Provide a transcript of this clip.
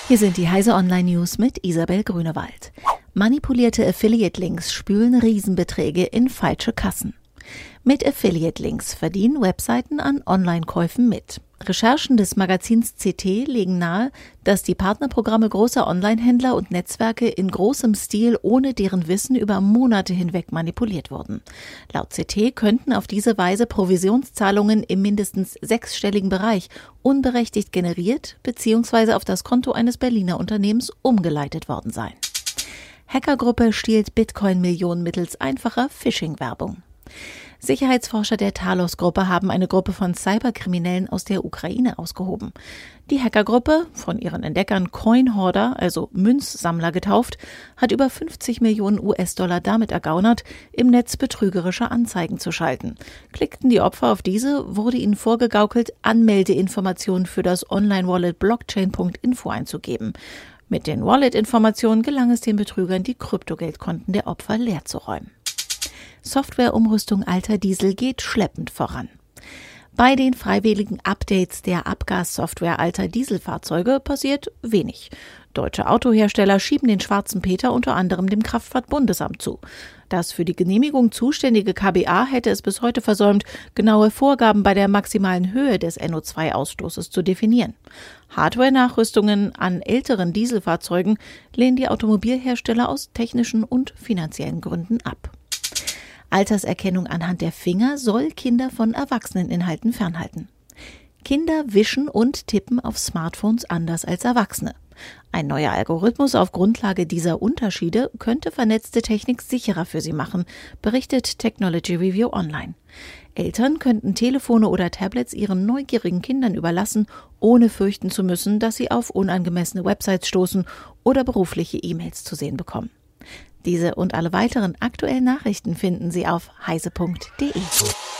Hier sind die Heise Online News mit Isabel Grünewald. Manipulierte Affiliate-Links spülen Riesenbeträge in falsche Kassen. Mit Affiliate-Links verdienen Webseiten an Online-Käufen mit. Recherchen des Magazins CT legen nahe, dass die Partnerprogramme großer Online-Händler und Netzwerke in großem Stil ohne deren Wissen über Monate hinweg manipuliert wurden. Laut CT könnten auf diese Weise Provisionszahlungen im mindestens sechsstelligen Bereich unberechtigt generiert bzw. auf das Konto eines Berliner Unternehmens umgeleitet worden sein. Hackergruppe stiehlt Bitcoin-Millionen mittels einfacher Phishing-Werbung. Sicherheitsforscher der Talos-Gruppe haben eine Gruppe von Cyberkriminellen aus der Ukraine ausgehoben. Die Hackergruppe, von ihren Entdeckern Coin-Hoarder, also Münzsammler getauft, hat über 50 Millionen US-Dollar damit ergaunert, im Netz betrügerische Anzeigen zu schalten. Klickten die Opfer auf diese, wurde ihnen vorgegaukelt, Anmeldeinformationen für das Online-Wallet Blockchain.info einzugeben. Mit den Wallet-Informationen gelang es den Betrügern, die Kryptogeldkonten der Opfer leer zu räumen. Softwareumrüstung alter Diesel geht schleppend voran. Bei den freiwilligen Updates der Abgassoftware alter Dieselfahrzeuge passiert wenig. Deutsche Autohersteller schieben den schwarzen Peter unter anderem dem Kraftfahrtbundesamt zu. Das für die Genehmigung zuständige KBA hätte es bis heute versäumt, genaue Vorgaben bei der maximalen Höhe des NO2-Ausstoßes zu definieren. Hardware-Nachrüstungen an älteren Dieselfahrzeugen lehnen die Automobilhersteller aus technischen und finanziellen Gründen ab. Alterserkennung anhand der Finger soll Kinder von Erwachseneninhalten fernhalten. Kinder wischen und tippen auf Smartphones anders als Erwachsene. Ein neuer Algorithmus auf Grundlage dieser Unterschiede könnte vernetzte Technik sicherer für sie machen, berichtet Technology Review Online. Eltern könnten Telefone oder Tablets ihren neugierigen Kindern überlassen, ohne fürchten zu müssen, dass sie auf unangemessene Websites stoßen oder berufliche E-Mails zu sehen bekommen. Diese und alle weiteren aktuellen Nachrichten finden Sie auf heise.de.